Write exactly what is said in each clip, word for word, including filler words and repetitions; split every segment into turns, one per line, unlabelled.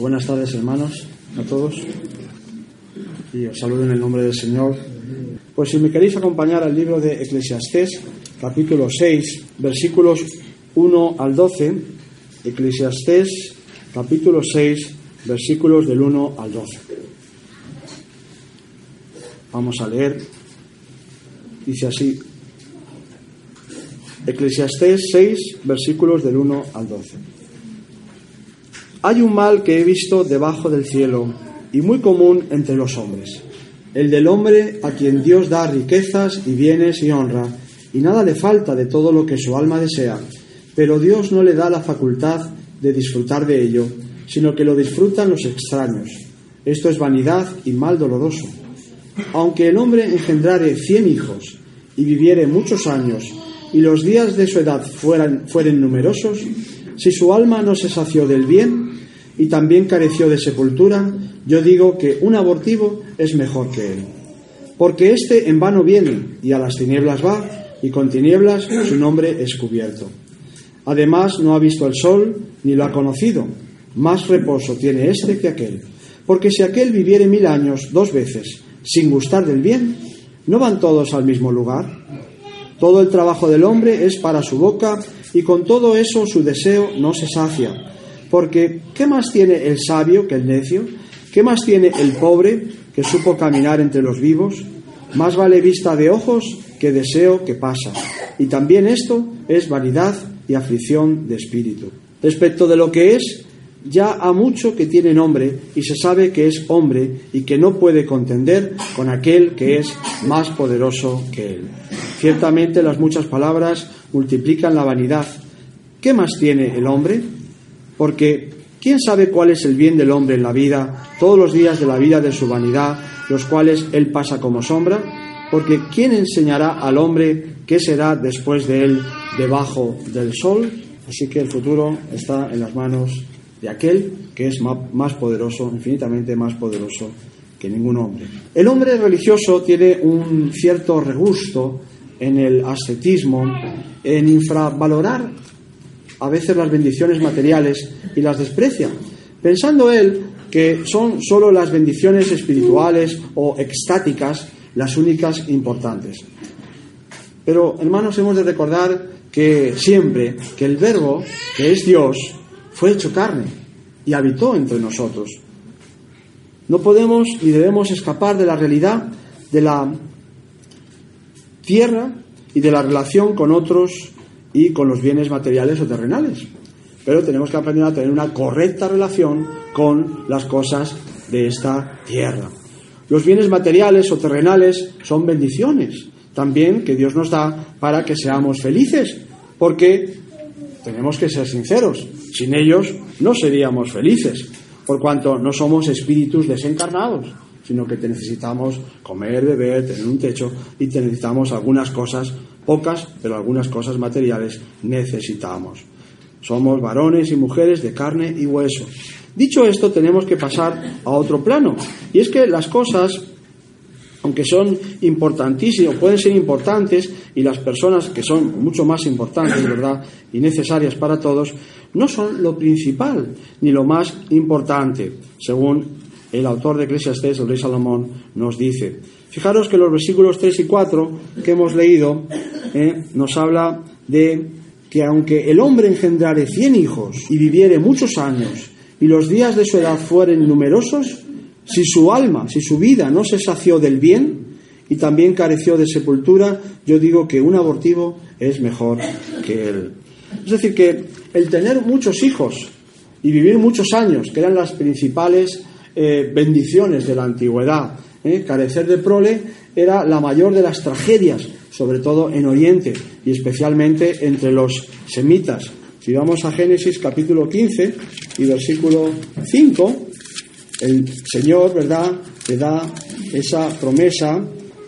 Buenas tardes, hermanos, a todos, y os saludo en el nombre del Señor. Pues si me queréis acompañar al libro de Eclesiastés, capítulo seis, versículos uno al doce, Eclesiastés, capítulo seis, versículos del uno al doce. Vamos a leer, dice así, Eclesiastés seis, versículos del uno al doce. Hay un mal que he visto debajo del cielo y muy común entre los hombres, el del hombre a quien Dios da riquezas y bienes y honra, y nada le falta de todo lo que su alma desea, pero Dios no le da la facultad de disfrutar de ello, sino que lo disfrutan los extraños. Esto es vanidad y mal doloroso. Aunque el hombre engendrare cien hijos y viviere muchos años, y los días de su edad fueran, fueren numerosos, si su alma no se sació del bien y también careció de sepultura, yo digo que un abortivo es mejor que él. Porque éste en vano viene y a las tinieblas va, y con tinieblas su nombre es cubierto. Además no ha visto el sol ni lo ha conocido, más reposo tiene éste que aquel. Porque si aquel viviere mil años dos veces sin gustar del bien, ¿no van todos al mismo lugar? Todo el trabajo del hombre es para su boca, y con todo eso su deseo no se sacia. Porque ¿qué más tiene el sabio que el necio? ¿Qué más tiene el pobre que supo caminar entre los vivos? Más vale vista de ojos que deseo que pasa. Y también esto es vanidad y aflicción de espíritu. Respecto de lo que es, ya ha mucho que tiene nombre, y se sabe que es hombre y que no puede contender con aquel que es más poderoso que él. Ciertamente las muchas palabras multiplican la vanidad. ¿Qué más tiene el hombre? Porque ¿quién sabe cuál es el bien del hombre en la vida, todos los días de la vida de su vanidad, los cuales él pasa como sombra? Porque ¿quién enseñará al hombre qué será después de él debajo del sol? Así que el futuro está en las manos de aquel que es más poderoso, infinitamente más poderoso que ningún hombre. El hombre religioso tiene un cierto regusto en el ascetismo, en infravalorar a veces las bendiciones materiales y las desprecia, pensando él que son solo las bendiciones espirituales o extáticas las únicas importantes. Pero, hermanos, hemos de recordar que siempre que el Verbo, que es Dios, fue hecho carne y habitó entre nosotros. No podemos ni debemos escapar de la realidad de la tierra y de la relación con otros y con los bienes materiales o terrenales. Pero tenemos que aprender a tener una correcta relación con las cosas de esta tierra. Los bienes materiales o terrenales son bendiciones también que Dios nos da para que seamos felices, porque tenemos que ser sinceros, sin ellos no seríamos felices, por cuanto no somos espíritus desencarnados, sino que te necesitamos comer, beber, tener un techo, y te necesitamos algunas cosas, pocas, pero algunas cosas materiales necesitamos. Somos varones y mujeres de carne y hueso. Dicho esto, tenemos que pasar a otro plano, y es que las cosas, aunque son importantísimas, pueden ser importantes, y las personas que son mucho más importantes, ¿verdad?, y necesarias para todos, no son lo principal ni lo más importante, según el autor de Eclesiastés, el rey Salomón, nos dice. Fijaros que los versículos tres y cuatro que hemos leído eh, nos habla de que aunque el hombre engendrare cien hijos y viviere muchos años, y los días de su edad fueren numerosos, si su alma, si su vida no se sació del bien y también careció de sepultura, yo digo que un abortivo es mejor que él. Es decir, que el tener muchos hijos y vivir muchos años, que eran las principales eh, bendiciones de la antigüedad, eh, carecer de prole era la mayor de las tragedias, sobre todo en Oriente y especialmente entre los semitas. Si vamos a Génesis capítulo quince y versículo cinco, el Señor, ¿verdad?, le da esa promesa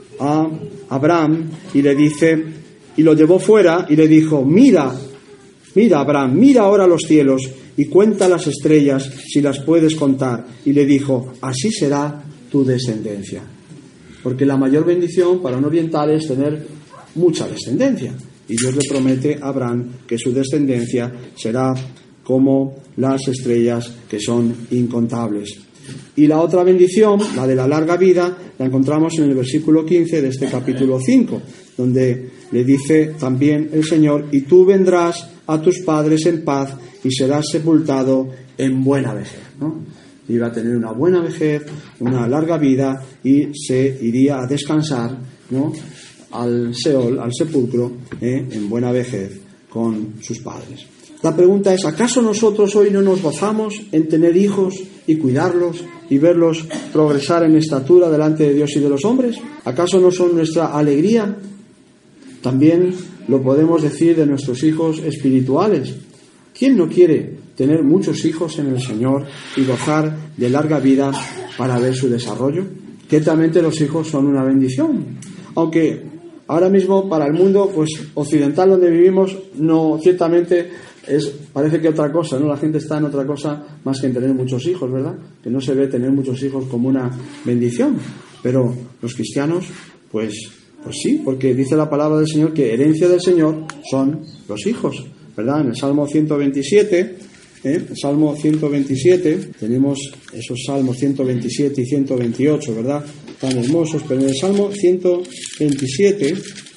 a Abraham y le dice, y lo llevó fuera y le dijo, mira, mira Abraham, mira ahora los cielos y cuenta las estrellas si las puedes contar. Y le dijo, así será tu descendencia. Porque la mayor bendición para un oriental es tener mucha descendencia. Y Dios le promete a Abraham que su descendencia será como las estrellas, que son incontables. Y la otra bendición, la de la larga vida, la encontramos en el versículo quince de este capítulo cinco, donde le dice también el Señor: y tú vendrás a tus padres en paz y serás sepultado en buena vejez, ¿no? Iba a tener una buena vejez, una larga vida, y se iría a descansar, ¿no?, al Seol, al sepulcro, ¿eh?, en buena vejez con sus padres. La pregunta es: ¿acaso nosotros hoy no nos gozamos en tener hijos y cuidarlos y verlos progresar en estatura delante de Dios y de los hombres? ¿Acaso no son nuestra alegría? También lo podemos decir de nuestros hijos espirituales. ¿Quién no quiere tener muchos hijos en el Señor y gozar de larga vida para ver su desarrollo? Ciertamente los hijos son una bendición, aunque ahora mismo para el mundo pues occidental donde vivimos, no, ciertamente es, parece que otra cosa, ¿no? La gente está en otra cosa más que en tener muchos hijos, ¿verdad? Que no se ve tener muchos hijos como una bendición. Pero los cristianos, pues, pues sí, porque dice la palabra del Señor que herencia del Señor son los hijos, ¿verdad? En el Salmo ciento veintisiete, ¿eh? El Salmo ciento veintisiete, tenemos esos Salmos ciento veintisiete y ciento veintiocho, ¿verdad? Tan hermosos, pero en el Salmo ciento veintisiete,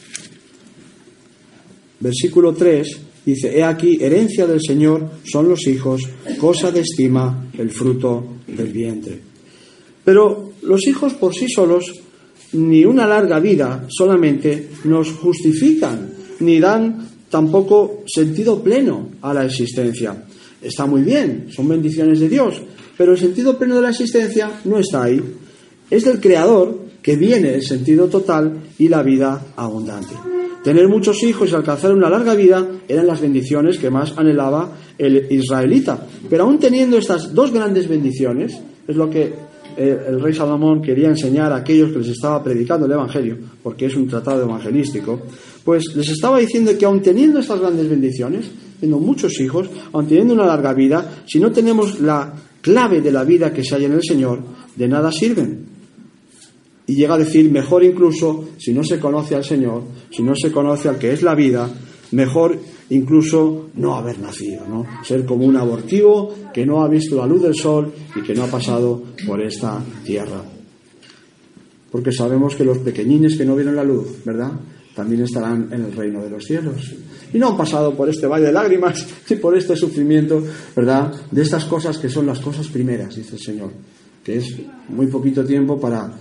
versículo tres, dice: he aquí, herencia del Señor son los hijos, cosa de estima el fruto del vientre. Pero los hijos por sí solos, ni una larga vida solamente nos justifican, ni dan tampoco sentido pleno a la existencia. Está muy bien, son bendiciones de Dios, pero el sentido pleno de la existencia no está ahí. Es del Creador que viene el sentido total y la vida abundante. Tener muchos hijos y alcanzar una larga vida eran las bendiciones que más anhelaba el israelita. Pero aún teniendo estas dos grandes bendiciones, es lo que eh, el rey Salomón quería enseñar a aquellos que les estaba predicando el Evangelio, porque es un tratado evangelístico, pues les estaba diciendo que aún teniendo estas grandes bendiciones, teniendo muchos hijos, aún teniendo una larga vida, si no tenemos la clave de la vida que se halla en el Señor, de nada sirven. Y llega a decir, mejor incluso, si no se conoce al Señor, si no se conoce al que es la vida, mejor incluso no haber nacido, ¿no? Ser como un abortivo que no ha visto la luz del sol y que no ha pasado por esta tierra. Porque sabemos que los pequeñines que no vieron la luz, ¿verdad?, también estarán en el reino de los cielos. Y no han pasado por este valle de lágrimas y por este sufrimiento, ¿verdad?, de estas cosas que son las cosas primeras, dice el Señor, que es muy poquito tiempo para...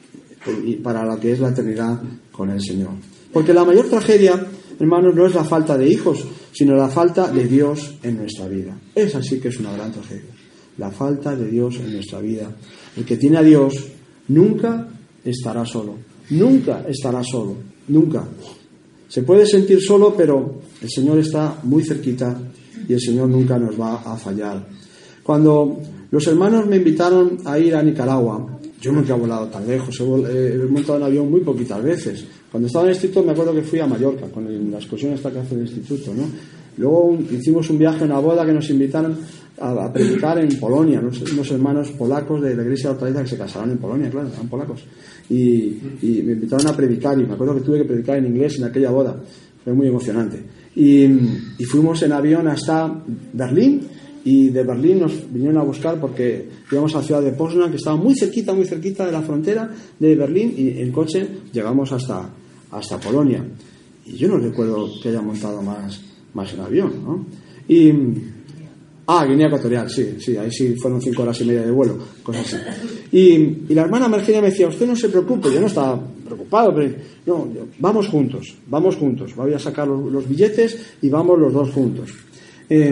y para lo que es la eternidad con el Señor. Porque la mayor tragedia, hermanos, no es la falta de hijos, sino la falta de Dios en nuestra vida. Esa sí que es una gran tragedia, la falta de Dios en nuestra vida. El que tiene a Dios nunca estará solo, nunca estará solo, nunca. Se puede sentir solo, pero el Señor está muy cerquita y el Señor nunca nos va a fallar. Cuando los hermanos me invitaron a ir a Nicaragua, yo nunca he volado tan lejos, he, vol- he montado en avión muy poquitas veces. Cuando estaba en el instituto me acuerdo que fui a Mallorca, con el, la excursión esta que hace el instituto, ¿no? Luego un, hicimos un viaje a una boda que nos invitaron a, a predicar en Polonia, unos, unos hermanos polacos de la iglesia de Hortaliza que se casaron en Polonia, claro, eran polacos. Y, y me invitaron a predicar y me acuerdo que tuve que predicar en inglés en aquella boda, fue muy emocionante. Y, y fuimos en avión hasta Berlín. Y de Berlín nos vinieron a buscar porque íbamos a la ciudad de Poznan, que estaba muy cerquita, muy cerquita de la frontera de Berlín, y en coche llegamos hasta, hasta Polonia. Y yo no recuerdo que haya montado más, más en avión, ¿no? Y, ah, Guinea Ecuatorial, sí, sí, ahí sí fueron cinco horas y media de vuelo, cosas así. Y, y la hermana Mergenia me decía, usted no se preocupe, yo no estaba preocupado, pero no, vamos juntos, vamos juntos, voy a sacar los, los billetes y vamos los dos juntos. Eh,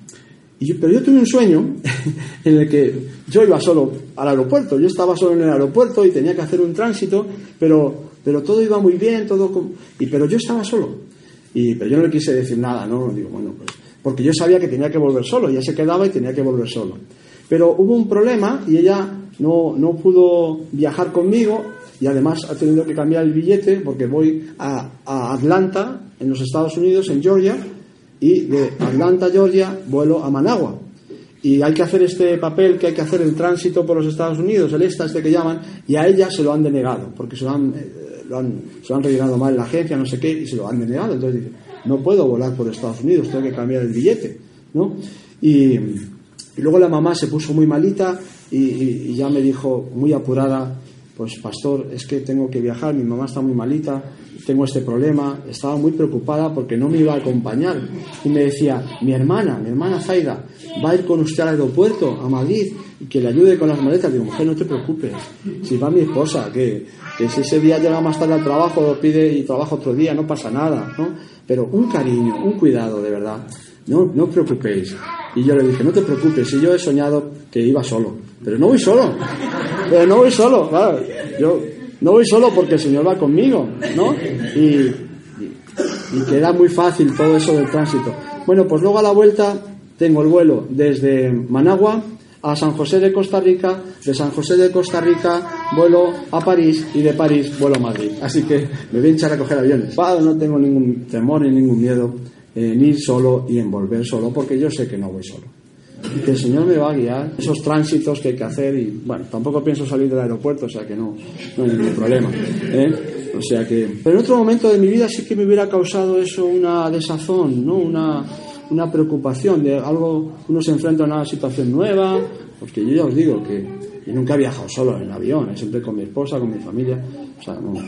Y yo, pero yo tuve un sueño en el que yo iba solo al aeropuerto, yo estaba solo en el aeropuerto y tenía que hacer un tránsito, pero, pero todo iba muy bien, todo con, y, pero yo estaba solo. Y, pero yo no le quise decir nada, ¿no? Digo, bueno, pues, porque yo sabía que tenía que volver solo, ella se quedaba y tenía que volver solo. Pero hubo un problema y ella no, no pudo viajar conmigo y además ha tenido que cambiar el billete porque voy a, a Atlanta, en los Estados Unidos, en Georgia, y de Atlanta, Georgia, vuelo a Managua. Y hay que hacer este papel, que hay que hacer el tránsito por los Estados Unidos, el ESTA este que llaman, y a ella se lo han denegado, porque se lo han, eh, lo han, se lo han rellenado mal en la agencia, no sé qué, y se lo han denegado. Entonces dice, no puedo volar por Estados Unidos, tengo que cambiar el billete, ¿no? Y, y luego la mamá se puso muy malita y, y, y ya me dijo, muy apurada, pues pastor, es que tengo que viajar, mi mamá está muy malita, tengo este problema. Estaba muy preocupada porque no me iba a acompañar. Y me decía, mi hermana, mi hermana Zaida, va a ir con usted al aeropuerto, a Madrid, y que le ayude con las maletas. Digo, mujer, no te preocupes, si va mi esposa, que, que si ese día llega más tarde al trabajo, lo pide y trabaja otro día, no pasa nada, ¿no? Pero un cariño, un cuidado, de verdad, no, no os preocupéis. Y yo le dije, no te preocupes, si yo he soñado que iba solo, pero no voy solo, pero no voy solo, claro, yo no voy solo porque el Señor va conmigo, ¿no? Y, y, y que era muy fácil todo eso del tránsito. Bueno, pues luego a la vuelta tengo el vuelo desde Managua a San José de Costa Rica, de San José de Costa Rica vuelo a París y de París vuelo a Madrid. Así que me voy a echar a coger aviones. Bueno, no tengo ningún temor ni ningún miedo en ir solo y en volver solo, porque yo sé que no voy solo. Y que el Señor me va a guiar esos tránsitos que hay que hacer. Y bueno, tampoco pienso salir del aeropuerto, o sea que no, no hay ningún problema, ¿eh? O sea que, pero en otro momento de mi vida sí que me hubiera causado eso una desazón, ¿no? Una, una preocupación de algo. Uno se enfrenta a una situación nueva, porque yo ya os digo que yo nunca he viajado solo en avión, siempre con mi esposa, con mi familia, o sea, no.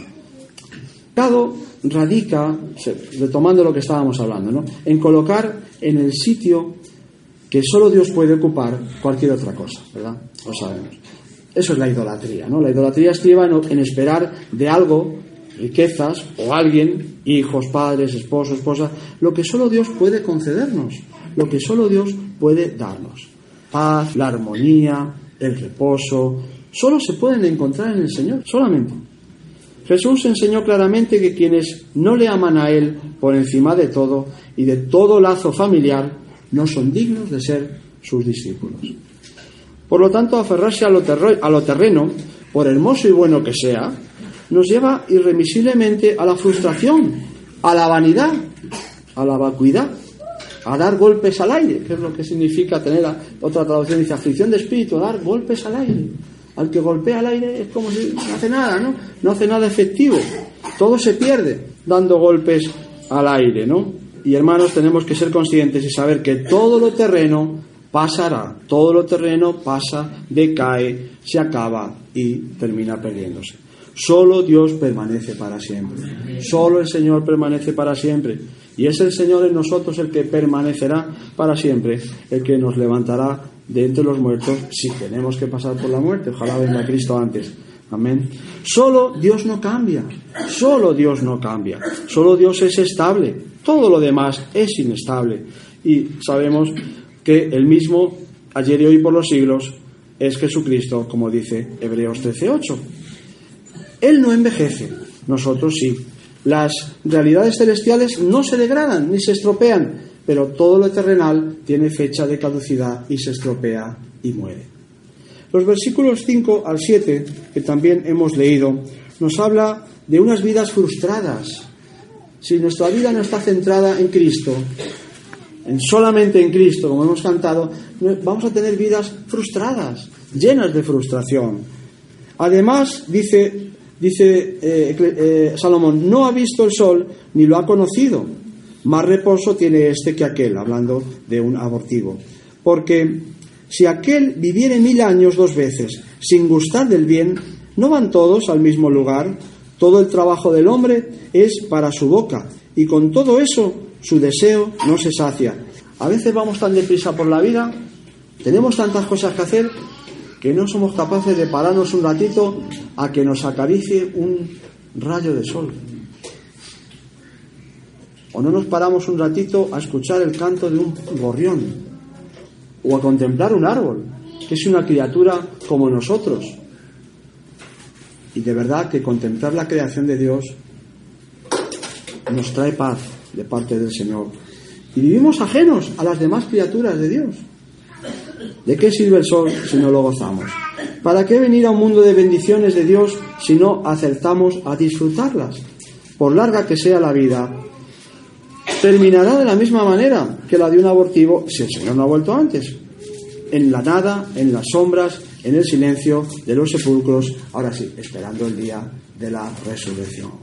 El pecado radica, retomando lo que estábamos hablando, ¿no?, en colocar en el sitio que solo Dios puede ocupar cualquier otra cosa, ¿verdad? Lo sabemos. Eso es la idolatría, ¿no? La idolatría estriba en, en esperar de algo, riquezas o alguien, hijos, padres, esposos, esposas, lo que solo Dios puede concedernos, lo que solo Dios puede darnos. Paz, la armonía, el reposo, solo se pueden encontrar en el Señor, solamente. Jesús enseñó claramente que quienes no le aman a Él por encima de todo y de todo lazo familiar no son dignos de ser sus discípulos. Por lo tanto, aferrarse a lo, terro- a lo terreno, por hermoso y bueno que sea, nos lleva irremisiblemente a la frustración, a la vanidad, a la vacuidad, a dar golpes al aire, que es lo que significa tener a, otra traducción dice aflicción de espíritu, dar golpes al aire. Al que golpea al aire es como si no hace nada, ¿no? No hace nada efectivo. Todo se pierde dando golpes al aire, ¿no? Y hermanos, tenemos que ser conscientes y saber que todo lo terreno pasará, todo lo terreno pasa, decae, se acaba y termina perdiéndose. Solo Dios permanece para siempre. Solo el Señor permanece para siempre. Y es el Señor en nosotros el que permanecerá para siempre, el que nos levantará de entre los muertos si tenemos que pasar por la muerte. Ojalá venga Cristo antes. Amén. Solo Dios no cambia. Solo Dios no cambia. Solo Dios es estable. Todo lo demás es inestable. Y sabemos que el mismo, ayer y hoy por los siglos, es Jesucristo, como dice Hebreos trece ocho. Él no envejece, nosotros sí. Las realidades celestiales no se degradan ni se estropean, pero todo lo terrenal tiene fecha de caducidad y se estropea y muere. Los versículos cinco al siete, que también hemos leído, nos habla de unas vidas frustradas. Si nuestra vida no está centrada en Cristo, en solamente en Cristo, como hemos cantado, vamos a tener vidas frustradas, llenas de frustración. Además, dice, dice eh, eh, Salomón, no ha visto el sol ni lo ha conocido. Más reposo tiene este que aquel, hablando de un abortivo. Porque si aquel viviere mil años dos veces sin gustar del bien, ¿no van todos al mismo lugar? Todo el trabajo del hombre es para su boca, y con todo eso su deseo no se sacia. A veces vamos tan deprisa por la vida, tenemos tantas cosas que hacer, que no somos capaces de pararnos un ratito a que nos acaricie un rayo de sol. O no nos paramos un ratito a escuchar el canto de un gorrión, o a contemplar un árbol, que es una criatura como nosotros. Y de verdad que contemplar la creación de Dios nos trae paz de parte del Señor. Y vivimos ajenos a las demás criaturas de Dios. ¿De qué sirve el sol si no lo gozamos? ¿Para qué venir a un mundo de bendiciones de Dios si no acertamos a disfrutarlas? Por larga que sea la vida, terminará de la misma manera que la de un abortivo si el Señor no ha vuelto antes. En la nada, en las sombras, en el silencio de los sepulcros, ahora sí, esperando el día de la resurrección.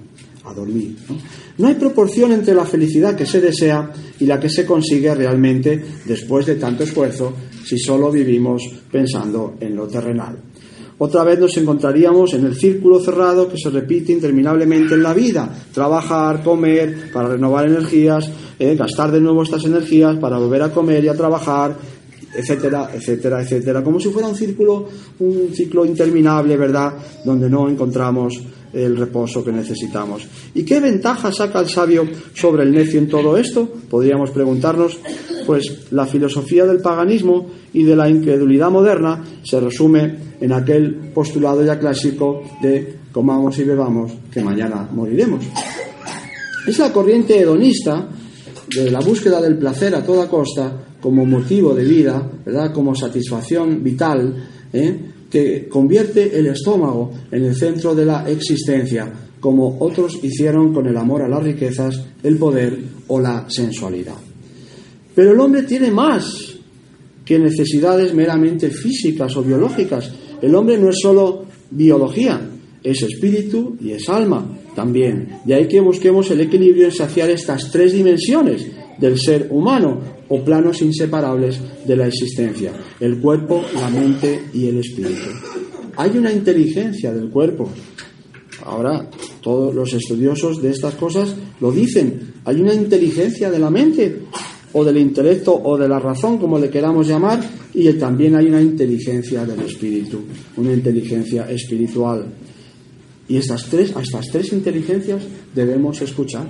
a dormir, ¿no? No hay proporción entre la felicidad que se desea y la que se consigue realmente después de tanto esfuerzo si solo vivimos pensando en lo terrenal. Otra vez nos encontraríamos en el círculo cerrado que se repite interminablemente en la vida: trabajar, comer para renovar energías, eh, gastar de nuevo estas energías para volver a comer y a trabajar, etcétera, etcétera, etcétera, como si fuera un círculo, un ciclo interminable, ¿verdad?, donde no encontramos el reposo que necesitamos. ¿Y qué ventaja saca el sabio sobre el necio en todo esto? Podríamos preguntarnos. Pues la filosofía del paganismo y de la incredulidad moderna se resume en aquel postulado ya clásico de comamos y bebamos que mañana moriremos. Es la corriente hedonista de la búsqueda del placer a toda costa como motivo de vida, ¿verdad?, como satisfacción vital, ¿eh?, que convierte el estómago en el centro de la existencia, como otros hicieron con el amor a las riquezas, el poder o la sensualidad. Pero el hombre tiene más que necesidades meramente físicas o biológicas. El hombre no es solo biología, es espíritu y es alma también. De ahí que busquemos el equilibrio en saciar estas tres dimensiones del ser humano o planos inseparables de la existencia: el cuerpo, la mente y el espíritu. Hay una inteligencia del cuerpo. Ahora, todos los estudiosos de estas cosas lo dicen. Hay una inteligencia de la mente, o del intelecto, o de la razón, como le queramos llamar, y también hay una inteligencia del espíritu, una inteligencia espiritual. Y estas tres, a estas tres inteligencias debemos escuchar,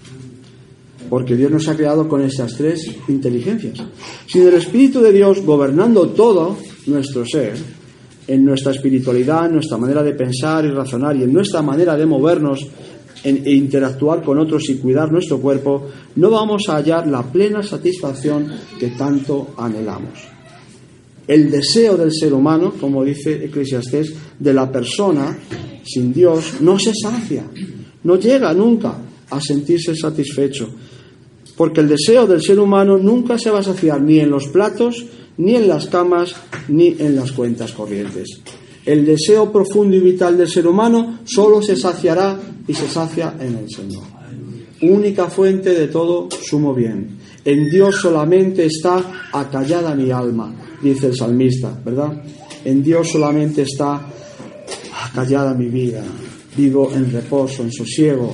porque Dios nos ha creado con estas tres inteligencias. Sin el Espíritu de Dios gobernando todo nuestro ser, en nuestra espiritualidad, en nuestra manera de pensar y razonar, y en nuestra manera de movernos e interactuar con otros y cuidar nuestro cuerpo, no vamos a hallar la plena satisfacción que tanto anhelamos. El deseo del ser humano, como dice Eclesiastés, de la persona sin Dios no se sacia, no llega nunca a sentirse satisfecho, porque el deseo del ser humano nunca se va a saciar ni en los platos, ni en las camas, ni en las cuentas corrientes. El deseo profundo y vital del ser humano solo se saciará y se sacia en el Señor, única fuente de todo sumo bien. En Dios solamente está acallada mi alma, dice el salmista, ¿verdad? En Dios solamente está acallada mi vida, vivo en reposo, en sosiego.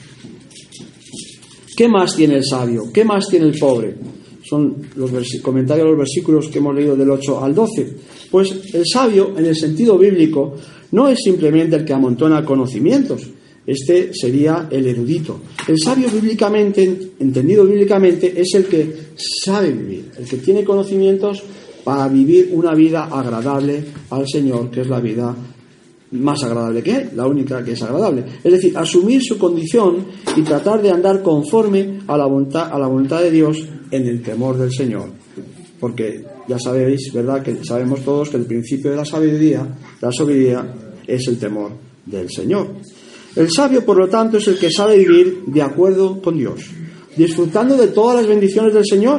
¿Qué más tiene el sabio? ¿Qué más tiene el pobre? Son los vers- comentarios de los versículos que hemos leído del ocho al doce. Pues el sabio, en el sentido bíblico, no es simplemente el que amontona conocimientos. Este sería el erudito. El sabio, bíblicamente, entendido bíblicamente, es el que sabe vivir, el que tiene conocimientos para vivir una vida agradable al Señor, que es la vida más agradable que hay, la única que es agradable. Es decir, asumir su condición y tratar de andar conforme a la voluntad, a la voluntad de Dios en el temor del Señor. Porque ya sabéis, ¿verdad?, que sabemos todos que el principio de la sabiduría, la sabiduría es el temor del Señor. El sabio, por lo tanto, es el que sabe vivir de acuerdo con Dios, disfrutando de todas las bendiciones del Señor,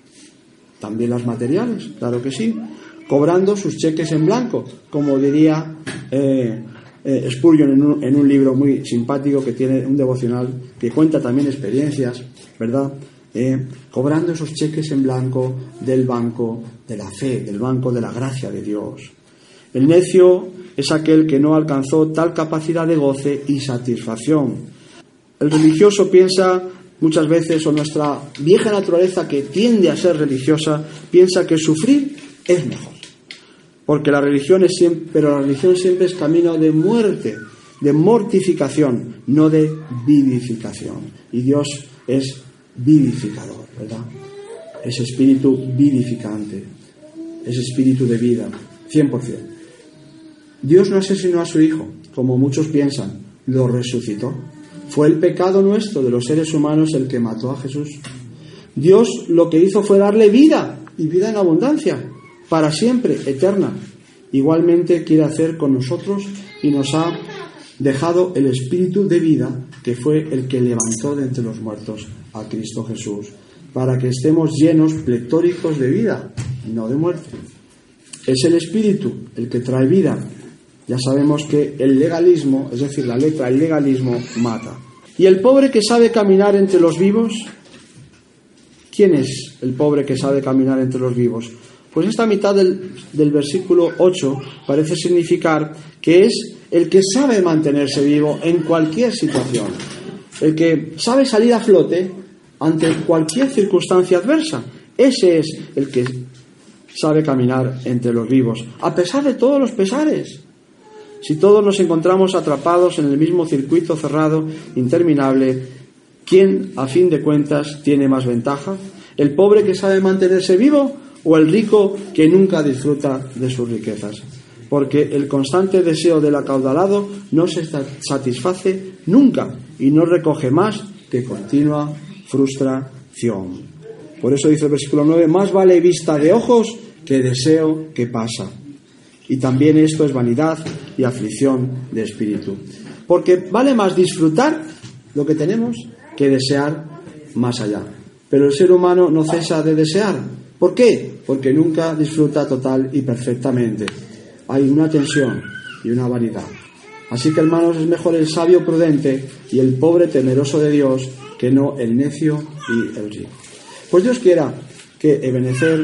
también las materiales, claro que sí, cobrando sus cheques en blanco, como diría eh, eh, Spurgeon en un, en un libro muy simpático que tiene un devocional que cuenta también experiencias, ¿verdad?, eh, cobrando esos cheques en blanco del banco de la fe, del banco de la gracia de Dios. El necio es aquel que no alcanzó tal capacidad de goce y satisfacción. El religioso piensa muchas veces, o nuestra vieja naturaleza que tiende a ser religiosa, piensa que sufrir es mejor. Porque la religión es siempre, pero la religión siempre es camino de muerte, de mortificación, no de vivificación. Y Dios es vivificador, ¿verdad? Es espíritu vivificante, es espíritu de vida, cien por ciento. Dios no asesinó a su Hijo, como muchos piensan, lo resucitó. Fue el pecado nuestro de los seres humanos el que mató a Jesús. Dios lo que hizo fue darle vida, y vida en abundancia, para siempre, eterna. Igualmente quiere hacer con nosotros y nos ha dejado el espíritu de vida, que fue el que levantó de entre los muertos a Cristo Jesús, para que estemos llenos, pletóricos de vida, no de muerte. Es el espíritu el que trae vida. Ya sabemos que el legalismo, es decir, la letra, el legalismo mata. ¿Y el pobre que sabe caminar entre los vivos? ¿Quién es el pobre que sabe caminar entre los vivos? Pues esta mitad del, del versículo ocho parece significar que es el que sabe mantenerse vivo en cualquier situación, el que sabe salir a flote ante cualquier circunstancia adversa. Ese es el que sabe caminar entre los vivos, a pesar de todos los pesares. Si todos nos encontramos atrapados en el mismo circuito cerrado, interminable, ¿quién, a fin de cuentas, tiene más ventaja? ¿El pobre que sabe mantenerse vivo o el rico que nunca disfruta de sus riquezas? Porque el constante deseo del acaudalado no se satisface nunca y no recoge más que continua frustración. Por eso dice el versículo nueve, más vale vista de ojos que deseo que pasa. Y también esto es vanidad y aflicción de espíritu. Porque vale más disfrutar lo que tenemos que desear más allá. Pero el ser humano no cesa de desear. ¿Por qué? Porque nunca disfruta total y perfectamente. Hay una tensión y una vanidad. Así que, hermanos, es mejor el sabio prudente y el pobre temeroso de Dios que no el necio y el rico. Pues Dios quiera que Ebenecer,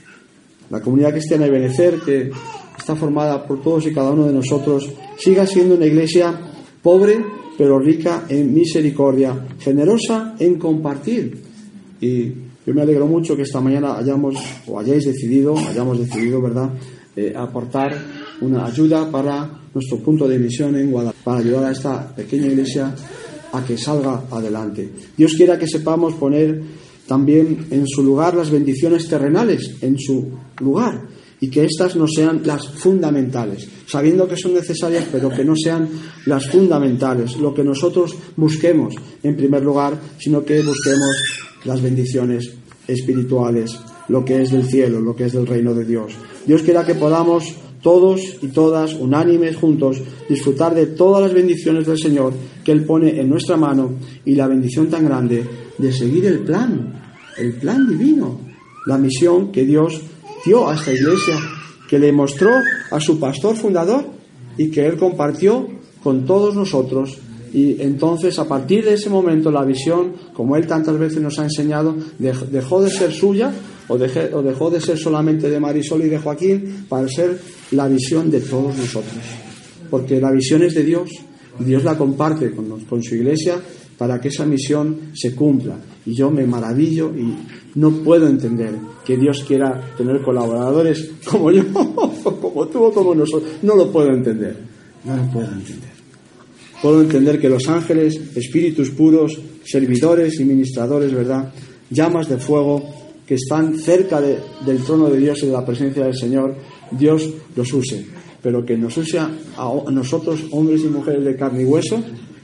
la comunidad cristiana Ebenecer, que está formada por todos y cada uno de nosotros, siga siendo una iglesia pobre pero rica en misericordia, generosa en compartir. Y yo me alegro mucho que esta mañana hayamos o hayáis decidido, hayamos decidido, ¿verdad?, eh, aportar una ayuda para nuestro punto de misión en Guadalajara, para ayudar a esta pequeña iglesia a que salga adelante. Dios quiera que sepamos poner también en su lugar las bendiciones terrenales, en su lugar, y que éstas no sean las fundamentales, sabiendo que son necesarias, pero que no sean las fundamentales, lo que nosotros busquemos en primer lugar, sino que busquemos las bendiciones espirituales, lo que es del cielo, lo que es del reino de Dios. Dios quiera que podamos todos y todas, unánimes, juntos, disfrutar de todas las bendiciones del Señor que Él pone en nuestra mano, y la bendición tan grande de seguir el plan, el plan divino, la misión que Dios dio a esta iglesia, que le mostró a su pastor fundador y que Él compartió con todos nosotros. Y entonces, a partir de ese momento, la visión, como Él tantas veces nos ha enseñado, dejó de ser suya o dejó de ser solamente de Marisol y de Joaquín para ser la visión de todos nosotros. Porque la visión es de Dios, Dios la comparte con, con su iglesia para que esa misión se cumpla. Y yo me maravillo y no puedo entender que Dios quiera tener colaboradores como yo, como tú o como nosotros. No lo puedo entender, no lo puedo entender. Puedo entender que los ángeles, espíritus puros, servidores y ministradores, ¿verdad?, llamas de fuego que están cerca de, del trono de Dios y de la presencia del Señor, Dios los use. Pero que nos use a, a nosotros, hombres y mujeres de carne y hueso,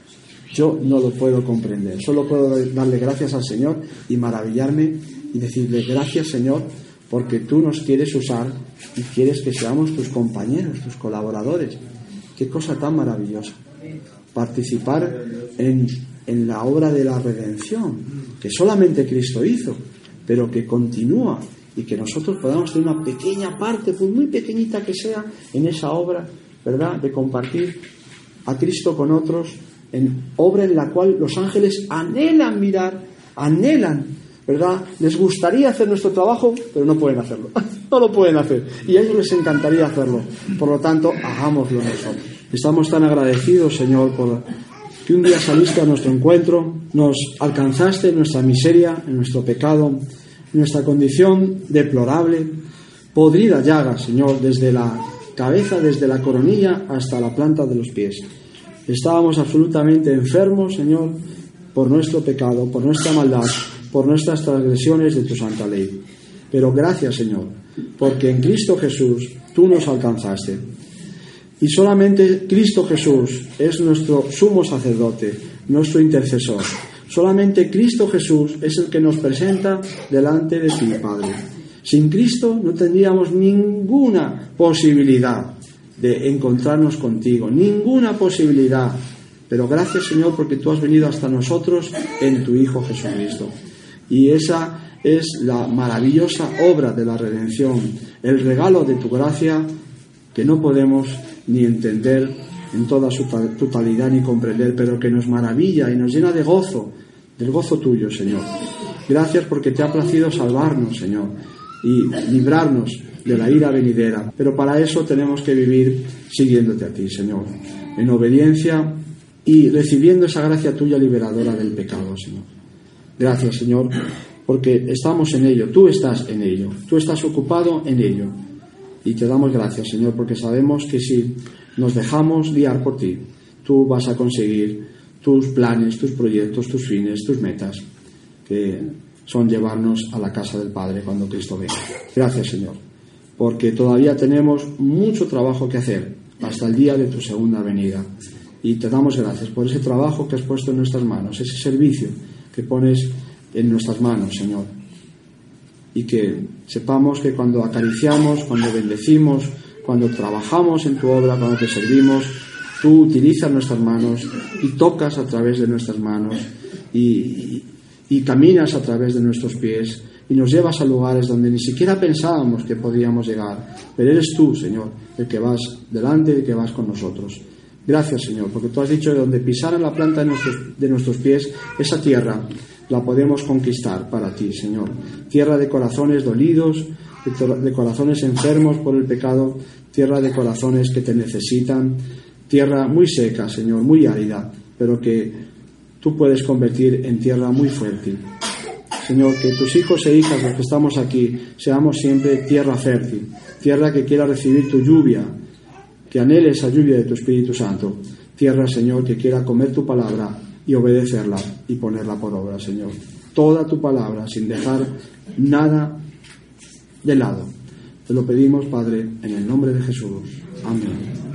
yo no lo puedo comprender. Solo puedo darle gracias al Señor y maravillarme y decirle gracias, Señor, porque tú nos quieres usar y quieres que seamos tus compañeros, tus colaboradores. Qué cosa tan maravillosa. Participar en, en la obra de la redención que solamente Cristo hizo, pero que continúa, y que nosotros podamos tener una pequeña parte, pues muy pequeñita que sea, en esa obra, ¿verdad?, de compartir a Cristo con otros, en obra en la cual los ángeles anhelan mirar, anhelan, ¿verdad? Les gustaría hacer nuestro trabajo, pero no pueden hacerlo, no lo pueden hacer, y a ellos les encantaría hacerlo. Por lo tanto, hagámoslo nosotros. Estamos tan agradecidos, Señor, por que un día saliste a nuestro encuentro, nos alcanzaste en nuestra miseria, en nuestro pecado, en nuestra condición deplorable, podrida llaga, Señor, desde la cabeza, desde la coronilla hasta la planta de los pies. Estábamos absolutamente enfermos, Señor, por nuestro pecado, por nuestra maldad, por nuestras transgresiones de tu santa ley. Pero gracias, Señor, porque en Cristo Jesús tú nos alcanzaste. Y solamente Cristo Jesús es nuestro sumo sacerdote, nuestro intercesor. Solamente Cristo Jesús es el que nos presenta delante de ti, Padre. Sin Cristo no tendríamos ninguna posibilidad de encontrarnos contigo, ninguna posibilidad. Pero gracias, Señor, porque tú has venido hasta nosotros en tu Hijo Jesucristo. Y esa es la maravillosa obra de la redención, el regalo de tu gracia que no podemos ni entender en toda su totalidad ni comprender, pero que nos maravilla y nos llena de gozo, del gozo tuyo, Señor. Gracias porque te ha placido salvarnos, Señor, y librarnos de la ira venidera, pero para eso tenemos que vivir siguiéndote a ti, Señor, en obediencia y recibiendo esa gracia tuya liberadora del pecado, Señor. Gracias, Señor, porque estamos en ello, tú estás en ello, tú estás ocupado en ello, y te damos gracias, Señor, porque sabemos que si nos dejamos guiar por ti, tú vas a conseguir tus planes, tus proyectos, tus fines, tus metas, que son llevarnos a la casa del Padre cuando Cristo venga. Gracias, Señor, porque todavía tenemos mucho trabajo que hacer hasta el día de tu segunda venida, y te damos gracias por ese trabajo que has puesto en nuestras manos, ese servicio que pones en nuestras manos, Señor, y que sepamos que cuando acariciamos, cuando bendecimos, cuando trabajamos en tu obra, cuando te servimos, tú utilizas nuestras manos y tocas a través de nuestras manos y, y, y caminas a través de nuestros pies y nos llevas a lugares donde ni siquiera pensábamos que podíamos llegar, pero eres tú, Señor, el que vas delante y el que vas con nosotros. Gracias, Señor, porque tú has dicho que donde pisaran la planta de nuestros, de nuestros pies, esa tierra la podemos conquistar para ti, Señor. Tierra de corazones dolidos, de corazones enfermos por el pecado, tierra de corazones que te necesitan, tierra muy seca, Señor, muy árida, pero que tú puedes convertir en tierra muy fértil. Señor, que tus hijos e hijas, los que estamos aquí, seamos siempre tierra fértil, tierra que quiera recibir tu lluvia, que anhele esa lluvia de tu Espíritu Santo, tierra, Señor, que quiera comer tu palabra y obedecerla y ponerla por obra, Señor. Toda tu palabra, sin dejar nada de lado. Te lo pedimos, Padre, en el nombre de Jesús. Amén.